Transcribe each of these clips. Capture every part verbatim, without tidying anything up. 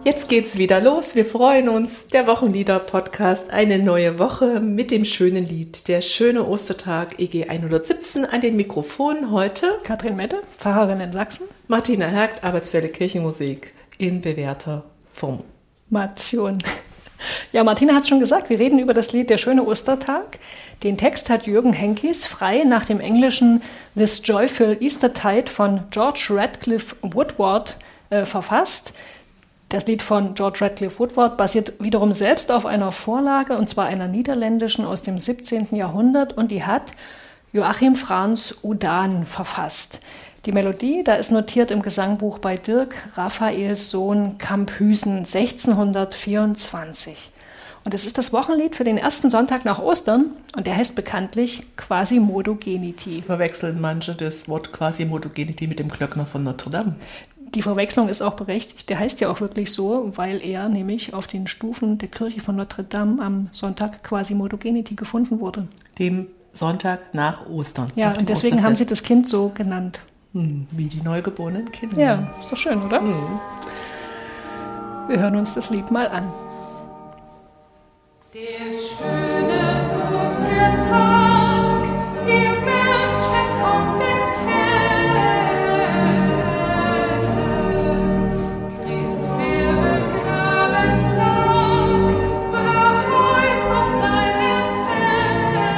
Jetzt geht's wieder los. Wir freuen uns. Der Wochenlieder-Podcast. Eine neue Woche mit dem schönen Lied. Der schöne Ostertag E G hundertsiebzehn an den Mikrofonen heute. Katrin Mette, Pfarrerin in Sachsen. Martina Hergt, Arbeitsstelle Kirchenmusik in bewährter Formation. Ja, Martina hat es schon gesagt, wir reden über das Lied Der schöne Ostertag. Den Text hat Jürgen Henkis frei nach dem englischen This Joyful Eastertide von George Radcliffe Woodward äh, verfasst. Das Lied von George Radcliffe Woodward basiert wiederum selbst auf einer Vorlage, und zwar einer niederländischen aus dem siebzehnten Jahrhundert, und die hat Joachim Frans Oudaan verfasst. Die Melodie, da ist notiert im Gesangbuch bei Dirk Raphaels Sohn Camphuysen sechzehnhundertvierundzwanzig. Und es ist das Wochenlied für den ersten Sonntag nach Ostern und der heißt bekanntlich Quasimodo Geniti. Verwechseln manche das Wort Quasimodo Geniti mit dem Glöckner von Notre Dame. Die Verwechslung ist auch berechtigt. Der heißt ja auch wirklich so, weil er nämlich auf den Stufen der Kirche von Notre Dame am Sonntag Quasimodo Geniti gefunden wurde. Dem Sonntag nach Ostern. Ja, und deswegen haben sie das Kind so genannt. Hm, wie die neugeborenen Kinder. Ja, ist doch schön, oder? Hm. Wir hören uns das Lied mal an. Der schöne Ostertag, ihr Menschen kommt ins Helle. Christ, der begraben lag, brach heut aus seiner Zelle.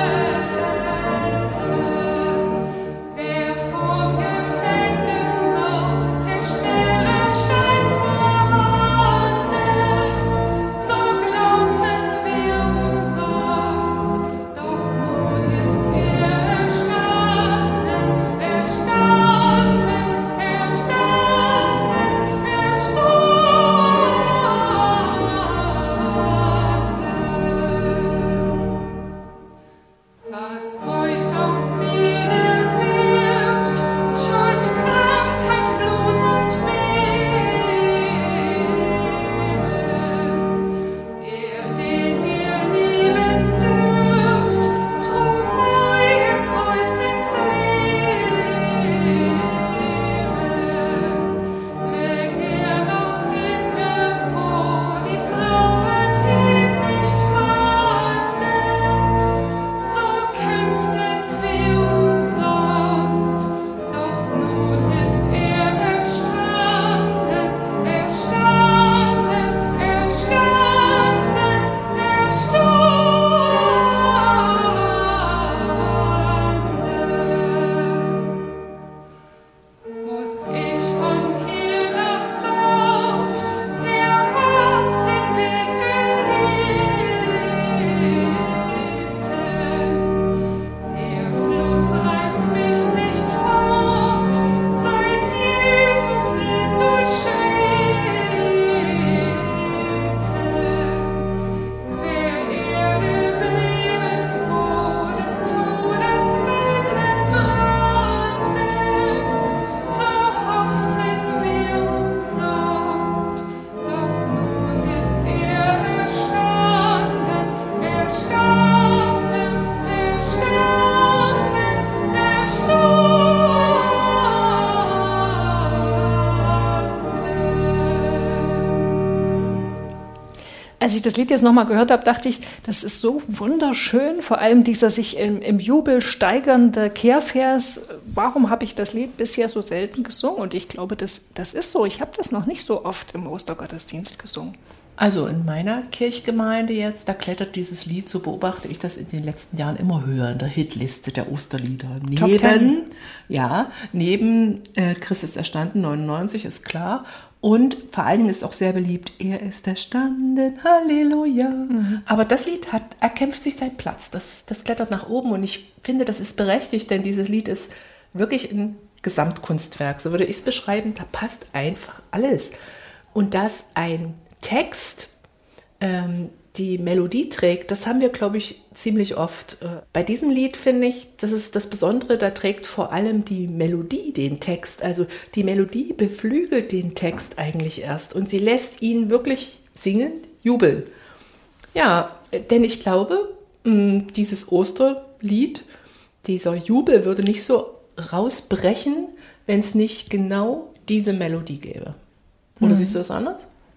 Wer vom Gefängnis noch der schwere Stein vorhanden, so glaubten wir umsonst, doch nun ist er erstanden, erstanden, erstanden, erstanden. Was euch auch niederwirft, scheut Krankheit, Flut und Meere. Er, den ihr lieben dürft, trug euer Kreuz ins Leben. Läg er noch inne, wo die Frauen ihn nicht fanden, so kämpften wir umsonst, doch nun ist er erstanden, erstanden, erstanden, erstanden. Muss ich von hier nach dort, er hat den Weg erlitten. Der Fluss reißt mich nicht fort, seit Jesus ihn durchschritten. Wär er geblieben, wo des Todes Wellen brannten, so hofften wir umsonst, doch nun ist er erstanden, erstanden, erstanden, erstanden. Als ich das Lied jetzt nochmal gehört habe, dachte ich, das ist so wunderschön, vor allem dieser sich im, im Jubel steigernde Kehrvers. Warum habe ich das Lied bisher so selten gesungen? Und ich glaube, das, das ist so. Ich habe das noch nicht so oft im Ostergottesdienst gesungen. Also in meiner Kirchgemeinde jetzt, da klettert dieses Lied, so beobachte ich das in den letzten Jahren immer höher in der Hitliste der Osterlieder. Top Neben, Ten. ja, neben äh, Christ ist erstanden, neunundneunzig ist klar. Und vor allen Dingen ist auch sehr beliebt, er ist erstanden, Halleluja. Mhm. Aber das Lied hat, erkämpft sich seinen Platz. Das, das klettert nach oben und ich finde, das ist berechtigt, denn dieses Lied ist wirklich ein Gesamtkunstwerk. So würde ich es beschreiben, da passt einfach alles. Und dass ein Text ähm, die Melodie trägt, das haben wir, glaube ich, ziemlich oft. Bei diesem Lied finde ich, das ist das Besondere, da trägt vor allem die Melodie den Text. Also die Melodie beflügelt den Text eigentlich erst und sie lässt ihn wirklich singend jubeln. Ja, denn ich glaube, dieses Osterlied, dieser Jubel würde nicht so rausbrechen, wenn es nicht genau diese Melodie gäbe. Oder mhm. siehst du das anders?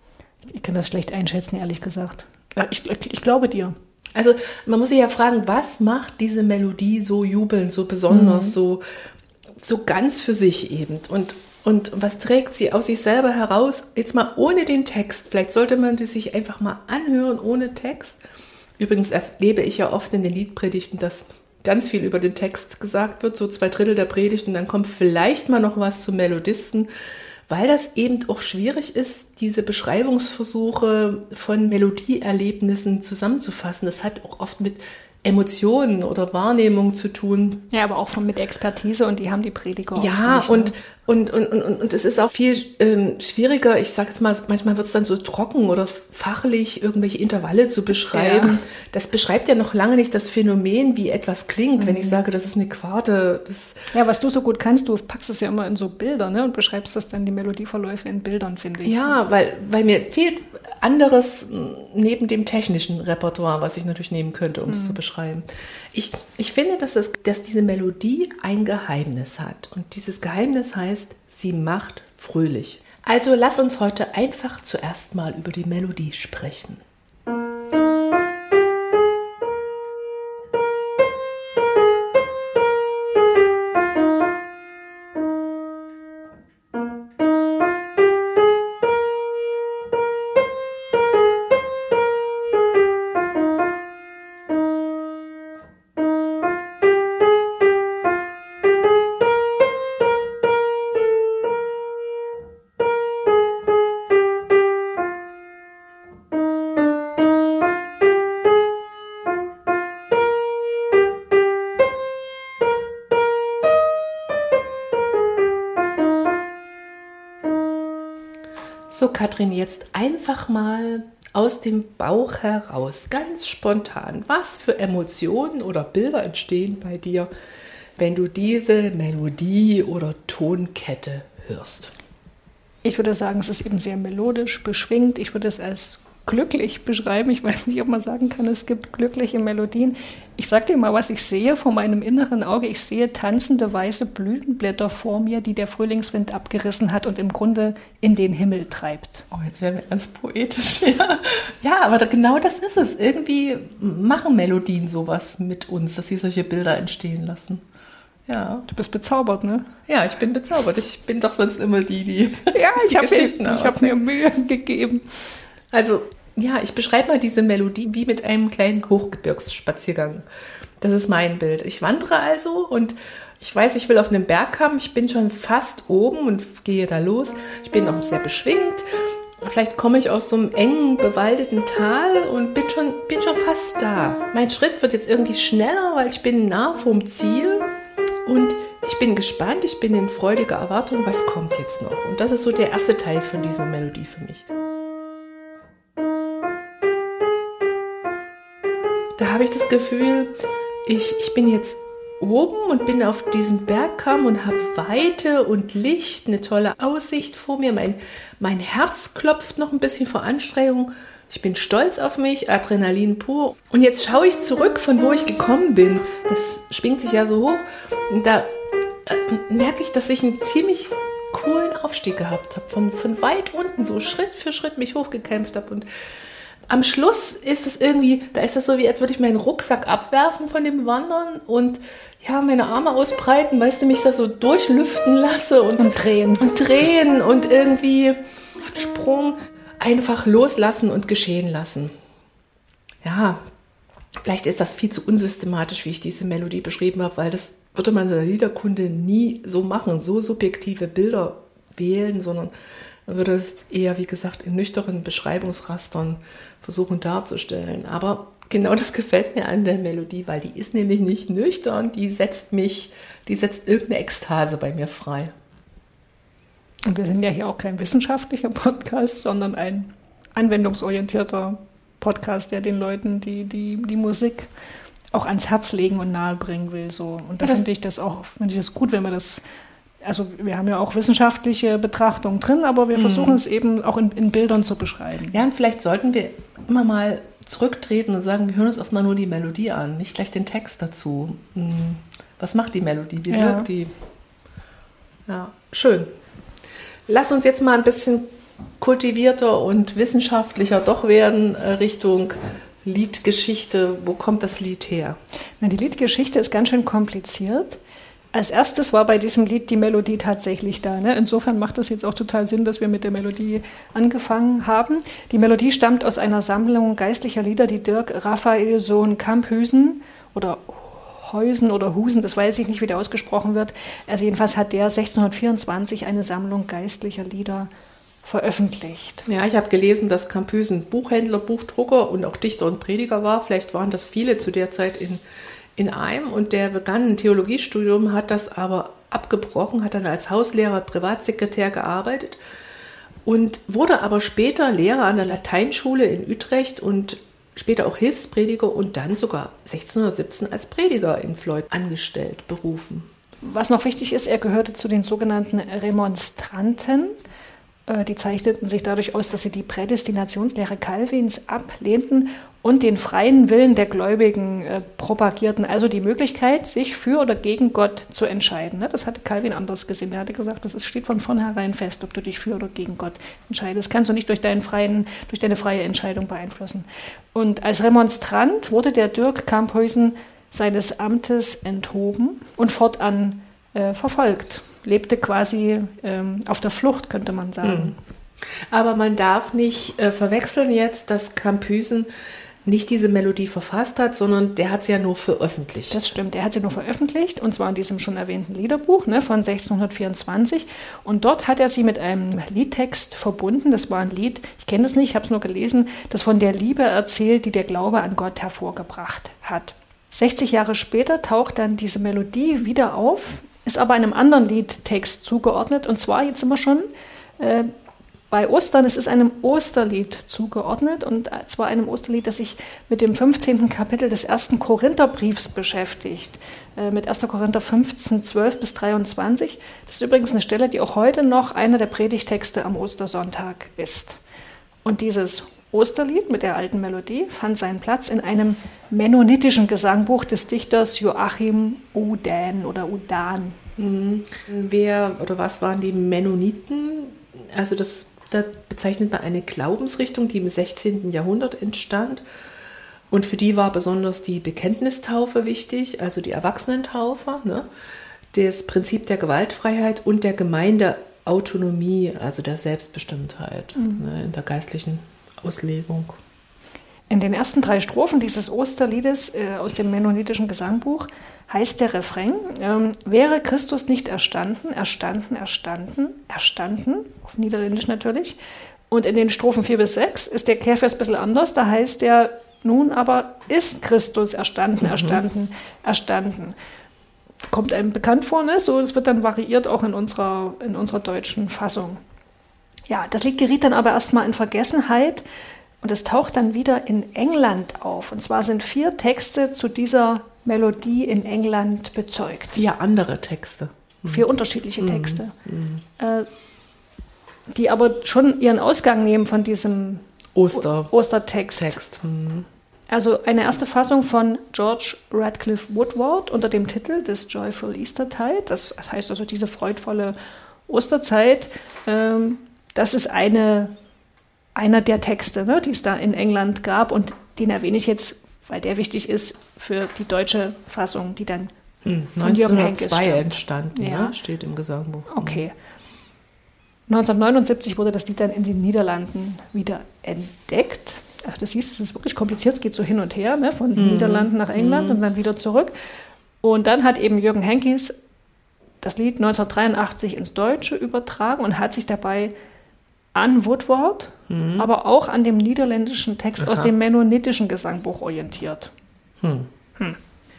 Ich kann das schlecht einschätzen, ehrlich gesagt. Ich, ich, ich glaube dir. Also man muss sich ja fragen, was macht diese Melodie so jubelnd, so besonders, mhm. so, so ganz für sich eben? Und, und was trägt sie aus sich selber heraus? Jetzt mal ohne den Text. Vielleicht sollte man die sich einfach mal anhören ohne Text. Übrigens erlebe ich ja oft in den Liedpredigten, dass ganz viel über den Text gesagt wird, so zwei Drittel der Predigt, und dann kommt vielleicht mal noch was zum Melodisten, weil das eben auch schwierig ist, diese Beschreibungsversuche von Melodieerlebnissen zusammenzufassen. Das hat auch oft mit Emotionen oder Wahrnehmung zu tun. Ja, aber auch von mit Expertise, und die haben die Prediger auch Ja, nicht, und, ne? und, und, und, und es ist auch viel ähm, schwieriger, ich sage jetzt mal, manchmal wird es dann so trocken oder fachlich, irgendwelche Intervalle zu beschreiben. Ja. Das beschreibt ja noch lange nicht das Phänomen, wie etwas klingt, mhm. wenn ich sage, das ist eine Quarte. Das ja, was du so gut kannst, du packst es ja immer in so Bilder, ne, und beschreibst das dann, die Melodieverläufe in Bildern, finde ich. Ja, weil, weil mir fehlt anderes neben dem technischen Repertoire, was ich natürlich nehmen könnte, um es mhm. zu beschreiben. Ich, ich finde, dass, es, dass diese Melodie ein Geheimnis hat. Und dieses Geheimnis heißt, sie macht fröhlich. Also lass uns heute einfach zuerst mal über die Melodie sprechen. So, Katrin, jetzt einfach mal aus dem Bauch heraus, ganz spontan. Was für Emotionen oder Bilder entstehen bei dir, wenn du diese Melodie oder Tonkette hörst? Ich würde sagen, es ist eben sehr melodisch, beschwingt. Ich würde es als glücklich beschreiben. Ich weiß nicht, ob man sagen kann, es gibt glückliche Melodien. Ich sage dir mal, was ich sehe vor meinem inneren Auge. Ich sehe tanzende weiße Blütenblätter vor mir, die der Frühlingswind abgerissen hat und im Grunde in den Himmel treibt. Oh, jetzt werden wir ganz poetisch. Ja, ja, aber genau das ist es. Irgendwie machen Melodien sowas mit uns, dass sie solche Bilder entstehen lassen. Ja. Du bist bezaubert, ne? Ja, ich bin bezaubert. Ich bin doch sonst immer die, die ja, die ich habe hab mir Mühe gegeben. Also, ja, ich beschreibe mal diese Melodie wie mit einem kleinen Hochgebirgsspaziergang. Das ist mein Bild. Ich wandere also und ich weiß, ich will auf einen Berg kommen. Ich bin schon fast oben und gehe da los. Ich bin noch sehr beschwingt. Vielleicht komme ich aus so einem engen, bewaldeten Tal und bin schon, bin schon fast da. Mein Schritt wird jetzt irgendwie schneller, weil ich bin nah vom Ziel. Und ich bin gespannt, ich bin in freudiger Erwartung, was kommt jetzt noch. Und das ist so der erste Teil von dieser Melodie für mich. Da habe ich das Gefühl, ich, ich bin jetzt oben und bin auf diesem Bergkamm und habe Weite und Licht, eine tolle Aussicht vor mir. Mein, mein Herz klopft noch ein bisschen vor Anstrengung. Ich bin stolz auf mich, Adrenalin pur. Und jetzt schaue ich zurück, von wo ich gekommen bin. Das schwingt sich ja so hoch. Und da äh, merke ich, dass ich einen ziemlich coolen Aufstieg gehabt habe. Von, von weit unten, so Schritt für Schritt mich hochgekämpft habe. Und am Schluss ist das irgendwie, da ist das so, wie als würde ich meinen Rucksack abwerfen von dem Wandern und ja, meine Arme ausbreiten, weißt du, mich da so durchlüften lasse und, und drehen. Und drehen und irgendwie Sprung einfach loslassen und geschehen lassen. Ja, vielleicht ist das viel zu unsystematisch, wie ich diese Melodie beschrieben habe, weil das würde man in der Liederkunde nie so machen, so subjektive Bilder wählen, sondern man würde es eher, wie gesagt, in nüchternen Beschreibungsrastern versuchen darzustellen. Aber genau das gefällt mir an der Melodie, weil die ist nämlich nicht nüchtern, die setzt mich, die setzt irgendeine Ekstase bei mir frei. Und wir sind ja hier auch kein wissenschaftlicher Podcast, sondern ein anwendungsorientierter Podcast, der den Leuten die, die, die Musik auch ans Herz legen und nahebringen will. So. Und da finde ich das auch finde ich das gut, wenn wir das. Also wir haben ja auch wissenschaftliche Betrachtungen drin, aber wir versuchen mm. es eben auch in, in Bildern zu beschreiben. Ja, und vielleicht sollten wir immer mal zurücktreten und sagen, wir hören uns erstmal nur die Melodie an, nicht gleich den Text dazu. Was macht die Melodie? Wie wirkt ja. die? Ja, schön. Lass uns jetzt mal ein bisschen kultivierter und wissenschaftlicher doch werden äh, Richtung Liedgeschichte. Wo kommt das Lied her? Na, die Liedgeschichte ist ganz schön kompliziert. Als erstes war bei diesem Lied die Melodie tatsächlich da. Ne? Insofern macht das jetzt auch total Sinn, dass wir mit der Melodie angefangen haben. Die Melodie stammt aus einer Sammlung geistlicher Lieder, die Dirk Raphael Sohn Camphuysen oder Heusen oder Husen, das weiß ich nicht, wie der ausgesprochen wird. Also jedenfalls hat der sechzehnhundertvierundzwanzig eine Sammlung geistlicher Lieder veröffentlicht. Ja, ich habe gelesen, dass Camphuysen Buchhändler, Buchdrucker und auch Dichter und Prediger war. Vielleicht waren das viele zu der Zeit in, in einem. Und der begann ein Theologiestudium, hat das aber abgebrochen, hat dann als Hauslehrer, Privatsekretär gearbeitet und wurde aber später Lehrer an der Lateinschule in Utrecht und später auch Hilfsprediger und dann sogar sechzehnhundertsiebzehn als Prediger in Vleught angestellt, berufen. Was noch wichtig ist, er gehörte zu den sogenannten Remonstranten. Die zeichneten sich dadurch aus, dass sie die Prädestinationslehre Calvins ablehnten und den freien Willen der Gläubigen äh, propagierten. Also die Möglichkeit, sich für oder gegen Gott zu entscheiden. Ne? Das hatte Calvin anders gesehen. Er hatte gesagt, das ist, steht von vornherein fest, ob du dich für oder gegen Gott entscheidest. Das kannst du nicht durch, deinen freien, durch deine freie Entscheidung beeinflussen. Und als Remonstrant wurde der Dirk Camphuysen seines Amtes enthoben und fortan äh, verfolgt. Lebte quasi ähm, auf der Flucht, könnte man sagen. Aber man darf nicht äh, verwechseln jetzt, dass Camphuysen nicht diese Melodie verfasst hat, sondern der hat sie ja nur veröffentlicht. Das stimmt, er hat sie nur veröffentlicht, und zwar in diesem schon erwähnten Liederbuch ne, von sechzehnhundertvierundzwanzig. Und dort hat er sie mit einem Liedtext verbunden. Das war ein Lied, ich kenne das nicht, ich habe es nur gelesen, das von der Liebe erzählt, die der Glaube an Gott hervorgebracht hat. sechzig Jahre später taucht dann diese Melodie wieder auf, ist aber einem anderen Liedtext zugeordnet. Und zwar, jetzt sind wir schon äh, bei Ostern, es ist einem Osterlied zugeordnet. Und zwar einem Osterlied, das sich mit dem fünfzehnten Kapitel des ersten Korintherbriefs beschäftigt. Äh, mit erster Korinther fünfzehn, zwölf bis dreiundzwanzig. Das ist übrigens eine Stelle, die auch heute noch einer der Predigtexte am Ostersonntag ist. Und dieses Osterlied mit der alten Melodie fand seinen Platz in einem mennonitischen Gesangbuch des Dichters Joachim Udan oder Udan. Mhm. Wer oder was waren die Mennoniten? Also das, da bezeichnet man eine Glaubensrichtung, die im sechzehnten Jahrhundert entstand. Und für die war besonders die Bekenntnistaufe wichtig, also die Erwachsenentaufe, ne? Das Prinzip der Gewaltfreiheit und der Gemeindeautonomie, also der Selbstbestimmtheit mhm. ne, in der geistlichen Auslegung. In den ersten drei Strophen dieses Osterliedes äh, aus dem mennonitischen Gesangbuch heißt der Refrain, ähm, wäre Christus nicht erstanden, erstanden, erstanden, erstanden, auf Niederländisch natürlich. Und in den Strophen vier bis sechs ist der Kehrvers ein bisschen anders, da heißt der, nun aber ist Christus erstanden, erstanden, mhm. erstanden. Kommt einem bekannt vor, ne? So, es wird dann variiert auch in unserer, in unserer deutschen Fassung. Ja, das Lied geriet dann aber erstmal in Vergessenheit und es taucht dann wieder in England auf. Und zwar sind vier Texte zu dieser Melodie in England bezeugt. Vier andere Texte. Mhm. Vier unterschiedliche Texte, mhm. äh, die aber schon ihren Ausgang nehmen von diesem Oster- Ostertext. Text. Mhm. Also eine erste Fassung von George Radcliffe Woodward unter dem Titel des Joyful Eastertide. Das heißt also diese freudvolle Osterzeit. Ähm, Das ist eine, einer der Texte, ne, die es da in England gab. Und den erwähne ich jetzt, weil der wichtig ist für die deutsche Fassung, die dann hm, von Jürgen Henkes entstanden, ja. ne? Steht im Gesangbuch. Okay. neunzehnhundertneunundsiebzig wurde das Lied dann in den Niederlanden wieder entdeckt. Also das hieß, es ist wirklich kompliziert, es geht so hin und her, ne, von den mm. Niederlanden nach England mm. und dann wieder zurück. Und dann hat eben Jürgen Henkes das Lied neunzehnhundertdreiundachtzig ins Deutsche übertragen und hat sich dabei an Woodward, mhm. aber auch an dem niederländischen Text Aha. aus dem mennonitischen Gesangbuch orientiert. Hm. Hm.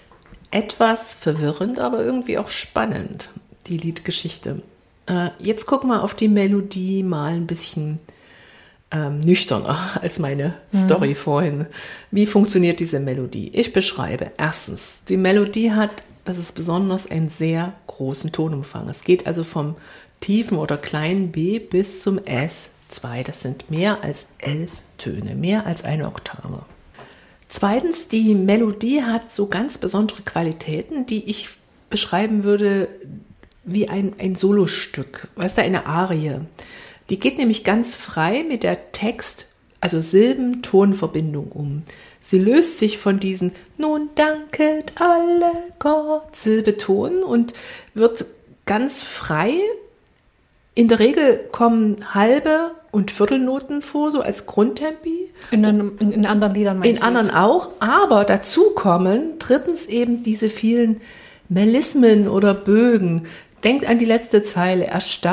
Etwas verwirrend, aber irgendwie auch spannend, die Liedgeschichte. Äh, jetzt gucken wir auf die Melodie mal ein bisschen ähm, nüchterner als meine mhm. Story vorhin. Wie funktioniert diese Melodie? Ich beschreibe erstens, die Melodie hat, das ist besonders, einen sehr großen Tonumfang. Es geht also vom tiefen oder kleinen B bis zum S zwei. Das sind mehr als elf Töne, mehr als eine Oktave. Zweitens, die Melodie hat so ganz besondere Qualitäten, die ich beschreiben würde wie ein, ein Solostück, weißt du, eine Arie. Die geht nämlich ganz frei mit der Text, also Silben-Ton-Verbindung um. Sie löst sich von diesen nun danket alle Gott Silbeton und wird ganz frei. In der Regel kommen halbe und Viertelnoten vor, so als Grundtempi. In, einem, in, in anderen Liedern meinst In du anderen jetzt? auch, aber dazu kommen drittens eben diese vielen Melismen oder Bögen. Denkt an die letzte Zeile,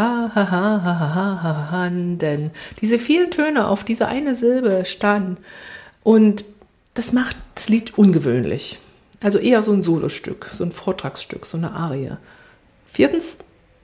erstanden, diese vielen Töne auf diese eine Silbe stan. Und das macht das Lied ungewöhnlich. Also eher so ein Solostück, so ein Vortragsstück, so eine Arie. Viertens,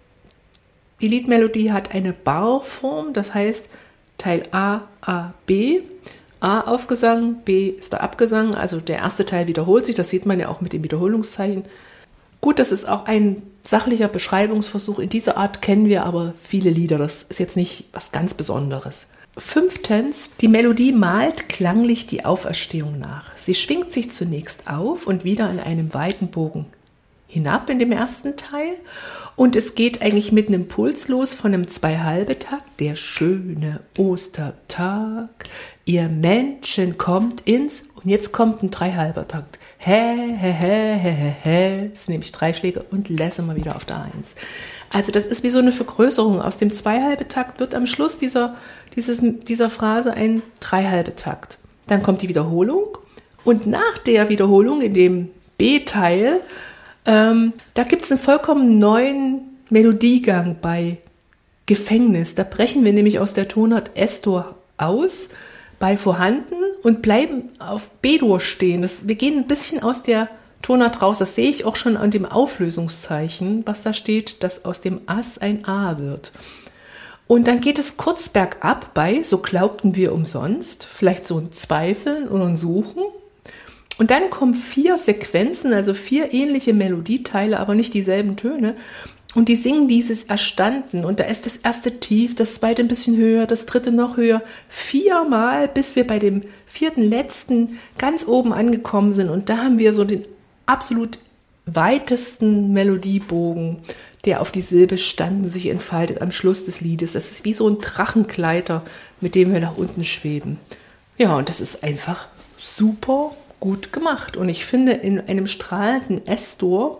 die Liedmelodie hat eine Barform, das heißt Teil A, A, B. A Aufgesang, B ist der Abgesang, also der erste Teil wiederholt sich, das sieht man ja auch mit dem Wiederholungszeichen. Gut, das ist auch ein sachlicher Beschreibungsversuch. In dieser Art kennen wir aber viele Lieder, das ist jetzt nicht was ganz Besonderes. Fünftens, die Melodie malt klanglich die Auferstehung nach. Sie schwingt sich zunächst auf und wieder in einem weiten Bogen hinab in dem ersten Teil. Und es geht eigentlich mit einem Impuls los von einem Zwei-Halbe-Takt. Der schöne Ostertag, ihr Menschen kommt ins, und jetzt kommt ein Drei-Halber-Takt. Hä, hä, hä, hä, hä, hä. Das sind nämlich drei Schläge und lassen wir wieder auf der Eins. Also das ist wie so eine Vergrößerung. Aus dem Zwei-Halbe-Takt wird am Schluss dieser, dieses, dieser Phrase ein Drei-Halbe-Takt. Dann kommt die Wiederholung und nach der Wiederholung in dem B-Teil Ähm, da gibt es einen vollkommen neuen Melodiegang bei Gefängnis. Da brechen wir nämlich aus der Tonart S-Dur aus bei vorhanden und bleiben auf B-Dur stehen. Das, wir gehen ein bisschen aus der Tonart raus. Das sehe ich auch schon an dem Auflösungszeichen, was da steht, dass aus dem Ass ein A wird. Und dann geht es kurz bergab bei, so glaubten wir umsonst, vielleicht so ein Zweifeln oder ein Suchen. Und dann kommen vier Sequenzen, also vier ähnliche Melodieteile, aber nicht dieselben Töne. Und die singen dieses Erstanden. Und da ist das erste tief, das zweite ein bisschen höher, das dritte noch höher. Viermal, bis wir bei dem vierten, letzten ganz oben angekommen sind. Und da haben wir so den absolut weitesten Melodiebogen, der auf die Silbe standen sich entfaltet am Schluss des Liedes. Das ist wie so ein Drachengleiter, mit dem wir nach unten schweben. Ja, und das ist einfach super gut gemacht. Und ich finde, in einem strahlenden S-Dur,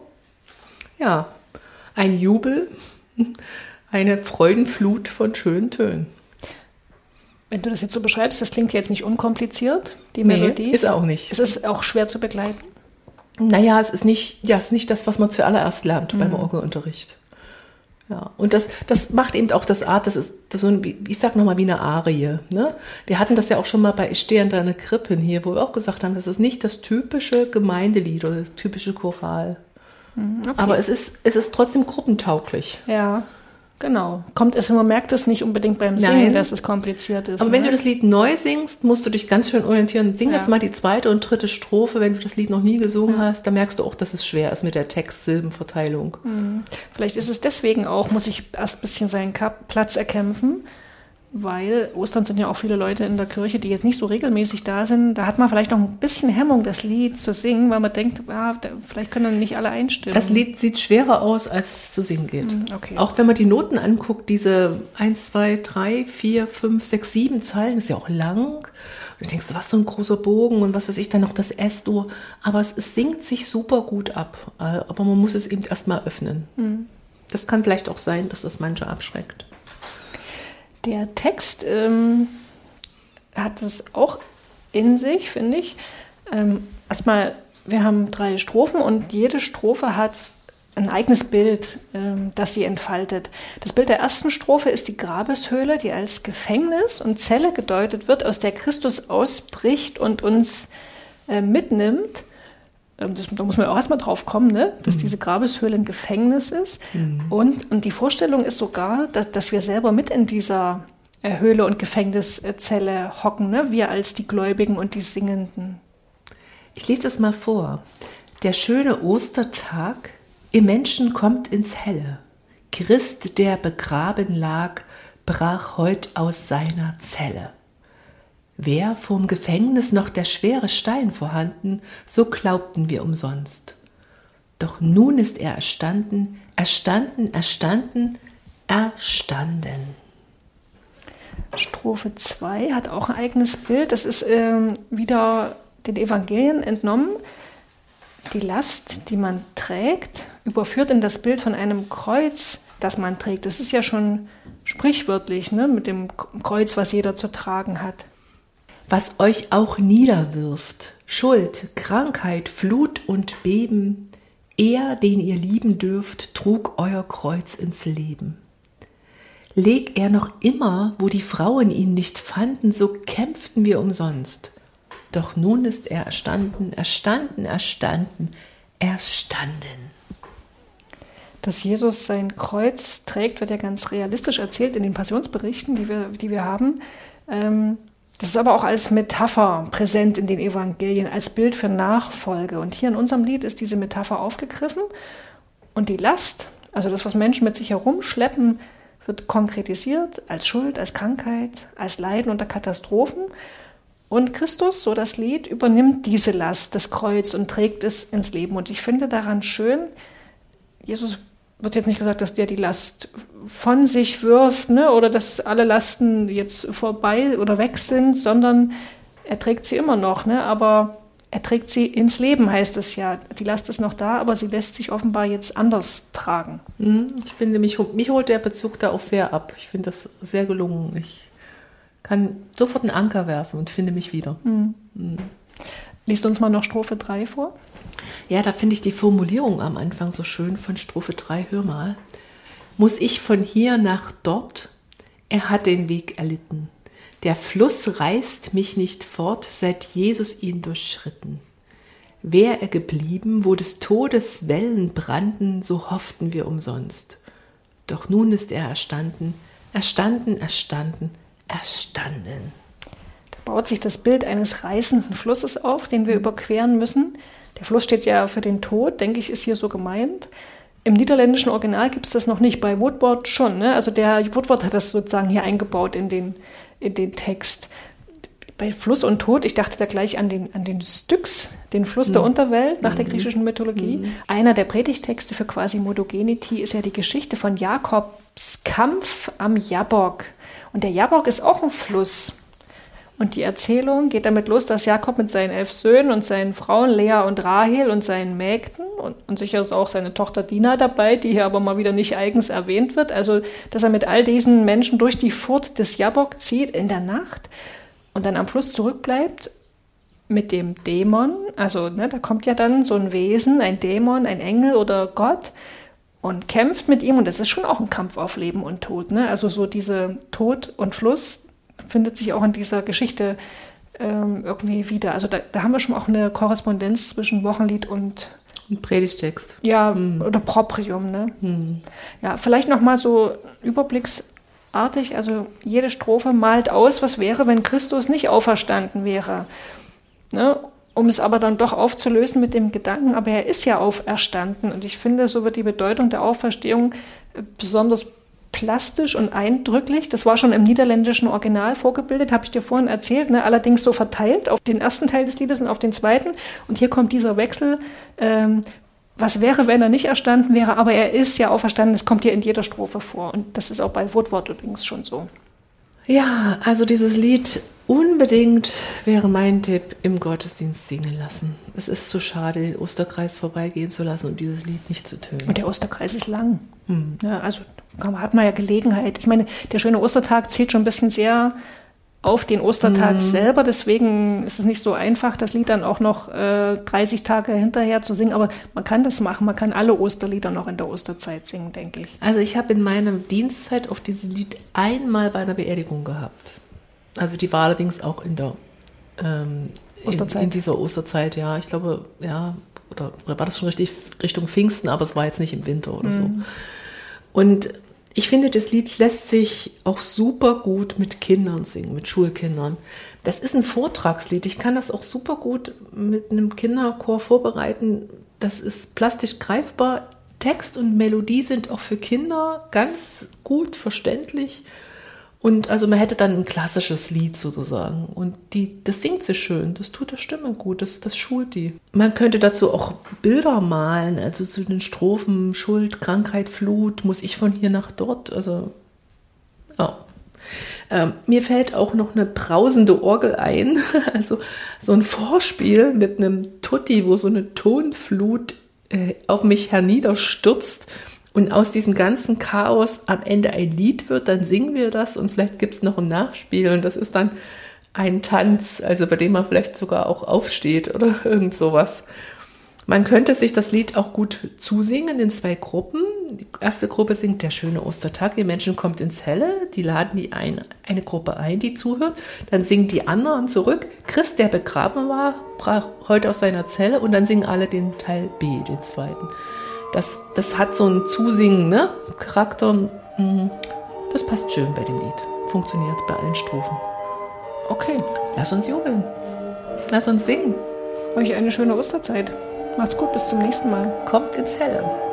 ja, ein Jubel, eine Freudenflut von schönen Tönen. Wenn du das jetzt so beschreibst, das klingt jetzt nicht unkompliziert, die Melodie. Nee, ist auch nicht. Es ist auch schwer zu begleiten. Naja, es ist nicht, ja, es ist nicht das, was man zuallererst lernt mhm. beim Orgelunterricht. Ja, und das, das macht eben auch das Art, das ist so ein, ich sag nochmal, wie eine Arie. Ne? Wir hatten das ja auch schon mal bei Ich stehe an deiner Krippen hier, wo wir auch gesagt haben, das ist nicht das typische Gemeindelied oder das typische Choral. Okay. Aber es ist, es ist trotzdem gruppentauglich. Ja, genau. Kommt es, man merkt es nicht unbedingt beim Singen, Nein. dass es kompliziert ist. Aber ne? wenn du das Lied neu singst, musst du dich ganz schön orientieren. Sing Ja. jetzt mal die zweite und dritte Strophe, wenn du das Lied noch nie gesungen Ja. hast, da merkst du auch, dass es schwer ist mit der Text-Silbenverteilung. Mhm. Vielleicht ist es deswegen auch, muss ich erst ein bisschen seinen Kap- Platz erkämpfen, weil Ostern sind ja auch viele Leute in der Kirche, die jetzt nicht so regelmäßig da sind. Da hat man vielleicht noch ein bisschen Hemmung, das Lied zu singen, weil man denkt, ah, da, vielleicht können nicht alle einstimmen. Das Lied sieht schwerer aus, als es zu singen geht. Mhm, okay. Auch wenn man die Noten anguckt, diese eins, zwei, drei, vier, fünf, sechs, sieben Zeilen, ist ja auch lang. Und du denkst, was so ein großer Bogen und was weiß ich, dann noch das S-Dur. Aber es, es singt sich super gut ab. Aber man muss es eben erstmal öffnen. Mhm. Das kann vielleicht auch sein, dass das manche abschreckt. Der Text ähm, hat es auch in sich, finde ich. Ähm, erstmal, wir haben drei Strophen und jede Strophe hat ein eigenes Bild, ähm, das sie entfaltet. Das Bild der ersten Strophe ist die Grabeshöhle, die als Gefängnis und Zelle gedeutet wird, aus der Christus ausbricht und uns äh, mitnimmt. Ähm, das, da muss man auch erstmal drauf kommen, ne? Dass mhm. diese Grabeshöhle ein Gefängnis ist. Mhm. Und, und die Vorstellung ist sogar, dass, dass wir selber mit in dieser äh, Höhle und Gefängniszelle hocken, ne? Wir als die Gläubigen und die Singenden. Ich lese das mal vor. Der schöne Ostertag, ihr Menschen kommt ins Helle. Christ, der begraben lag, brach heut aus seiner Zelle. Wär vorm Gefängnis noch der schwere Stein vorhanden, so glaubten wir umsonst. Doch nun ist er erstanden, erstanden, erstanden, erstanden. Strophe zwei hat auch ein eigenes Bild. Das ist ähm, wieder den Evangelien entnommen. Die Last, die man trägt, überführt in das Bild von einem Kreuz, das man trägt. Das ist ja schon sprichwörtlich, ne, mit dem Kreuz, was jeder zu tragen hat. Was euch auch niederwirft, Schuld, Krankheit, Flut und Beben, er, den ihr lieben dürft, trug euer Kreuz ins Leben. Leg er noch immer, wo die Frauen ihn nicht fanden, so kämpften wir umsonst. Doch nun ist er erstanden, erstanden, erstanden, erstanden. Dass Jesus sein Kreuz trägt, wird ja ganz realistisch erzählt in den Passionsberichten, die wir, die wir haben. Ähm, das ist aber auch als Metapher präsent in den Evangelien, als Bild für Nachfolge. Und hier in unserem Lied ist diese Metapher aufgegriffen. Und die Last, also das, was Menschen mit sich herumschleppen, wird konkretisiert als Schuld, als Krankheit, als Leiden unter Katastrophen. Und Christus, so das Lied, übernimmt diese Last, das Kreuz, und trägt es ins Leben. Und ich finde daran schön, Jesus wird jetzt nicht gesagt, dass der die Last von sich wirft, ne, oder dass alle Lasten jetzt vorbei oder weg sind, sondern er trägt sie immer noch, ne, aber er trägt sie ins Leben, heißt es ja. Die Last ist noch da, aber sie lässt sich offenbar jetzt anders tragen. Ich finde, mich, mich holt der Bezug da auch sehr ab. Ich finde das sehr gelungen. Ich kann sofort einen Anker werfen und finde mich wieder. Mhm. Mhm. Liest uns mal noch Strophe drei vor. Ja, da finde ich die Formulierung am Anfang so schön von Strophe drei. Hör mal. Muss ich von hier nach dort? Er hat den Weg erlitten. Der Fluss reißt mich nicht fort, seit Jesus ihn durchschritten. Wär er geblieben, wo des Todes Wellen brannten, so hofften wir umsonst. Doch nun ist er erstanden, erstanden, erstanden, erstanden. Da baut sich das Bild eines reißenden Flusses auf, den wir überqueren müssen. Der Fluss steht ja für den Tod, denke ich, ist hier so gemeint. Im niederländischen Original gibt es das noch nicht, bei Woodward schon. Ne? Also der Woodward hat das sozusagen hier eingebaut in den, in den Text. Bei Fluss und Tod, ich dachte da gleich an den, an den Styx, den Fluss mhm. der Unterwelt nach der griechischen Mythologie. Mhm. Einer der Predigtexte für Quasimodogenity ist ja die Geschichte von Jakobs Kampf am Jabbok. Und der Jabbok ist auch ein Fluss. Und die Erzählung geht damit los, dass Jakob mit seinen elf Söhnen und seinen Frauen Lea und Rahel und seinen Mägden und, und sicher ist auch seine Tochter Dina dabei, die hier aber mal wieder nicht eigens erwähnt wird, also dass er mit all diesen Menschen durch die Furt des Jabbok zieht in der Nacht und dann am Fluss zurückbleibt mit dem Dämon, also ne, da kommt ja dann so ein Wesen, ein Dämon, ein Engel oder Gott und kämpft mit ihm und das ist schon auch ein Kampf auf Leben und Tod, ne? Also so diese Tod und Fluss findet sich auch in dieser Geschichte ähm, irgendwie wieder. Also da, da haben wir schon auch eine Korrespondenz zwischen Wochenlied und ein Predigtext. Ja, hm. oder Proprium. Ne? Hm. Ja, vielleicht nochmal so überblicksartig, also jede Strophe malt aus, was wäre, wenn Christus nicht auferstanden wäre. Ne? Um es aber dann doch aufzulösen mit dem Gedanken, aber er ist ja auferstanden. Und ich finde, so wird die Bedeutung der Auferstehung besonders plastisch und eindrücklich. Das war schon im niederländischen Original vorgebildet, habe ich dir vorhin erzählt, ne? Allerdings so verteilt auf den ersten Teil des Liedes und auf den zweiten. Und hier kommt dieser Wechsel. Ähm, was wäre, wenn er nicht erstanden wäre? Aber er ist ja auferstanden. Das kommt hier in jeder Strophe vor. Und das ist auch bei Woodward übrigens schon so. Ja, also dieses Lied unbedingt wäre mein Tipp, im Gottesdienst singen lassen. Es ist zu schade, den Osterkreis vorbeigehen zu lassen und dieses Lied nicht zu tönen. Und der Osterkreis ist lang. Hm. Ja, also hat man ja Gelegenheit. Ich meine, der schöne Ostertag zählt schon ein bisschen sehr auf den Ostertag hm. selber. Deswegen ist es nicht so einfach, das Lied dann auch noch äh, dreißig Tage hinterher zu singen. Aber man kann das machen. Man kann alle Osterlieder noch in der Osterzeit singen, denke ich. Also ich habe in meiner Dienstzeit auf dieses Lied einmal bei einer Beerdigung gehabt. Also die war allerdings auch in der ähm, Osterzeit. In, in dieser Osterzeit, ja. Ich glaube, ja, oder war das schon richtig Richtung Pfingsten, aber es war jetzt nicht im Winter oder mhm. so. Und ich finde, das Lied lässt sich auch super gut mit Kindern singen, mit Schulkindern. Das ist ein Vortragslied. Ich kann das auch super gut mit einem Kinderchor vorbereiten. Das ist plastisch greifbar. Text und Melodie sind auch für Kinder ganz gut verständlich. Und also man hätte dann ein klassisches Lied sozusagen. Und die, das singt sie schön, das tut der Stimme gut, das, das schult die. Man könnte dazu auch Bilder malen, also zu den Strophen Schuld, Krankheit, Flut, muss ich von hier nach dort. Also ja, Ähm, mir fällt auch noch eine brausende Orgel ein, also so ein Vorspiel mit einem Tutti, wo so eine Tonflut äh, auf mich herniederstürzt und aus diesem ganzen Chaos am Ende ein Lied wird, dann singen wir das und vielleicht gibt es noch ein Nachspiel und das ist dann ein Tanz, also bei dem man vielleicht sogar auch aufsteht oder irgend sowas. Man könnte sich das Lied auch gut zusingen in zwei Gruppen. Die erste Gruppe singt Der schöne Ostertag, die Menschen kommt ins Helle, die laden die ein, eine Gruppe ein, die zuhört. Dann singen die anderen zurück, Christ, der begraben war, brach heute aus seiner Zelle und dann singen alle den Teil B, den zweiten. Das, das hat so einen Zusingen, ne? Charakter, das passt schön bei dem Lied, funktioniert bei allen Strophen. Okay. Lass uns jubeln. Lass uns singen. Euch eine schöne Osterzeit. Macht's gut, bis zum nächsten Mal. Kommt ins Helle.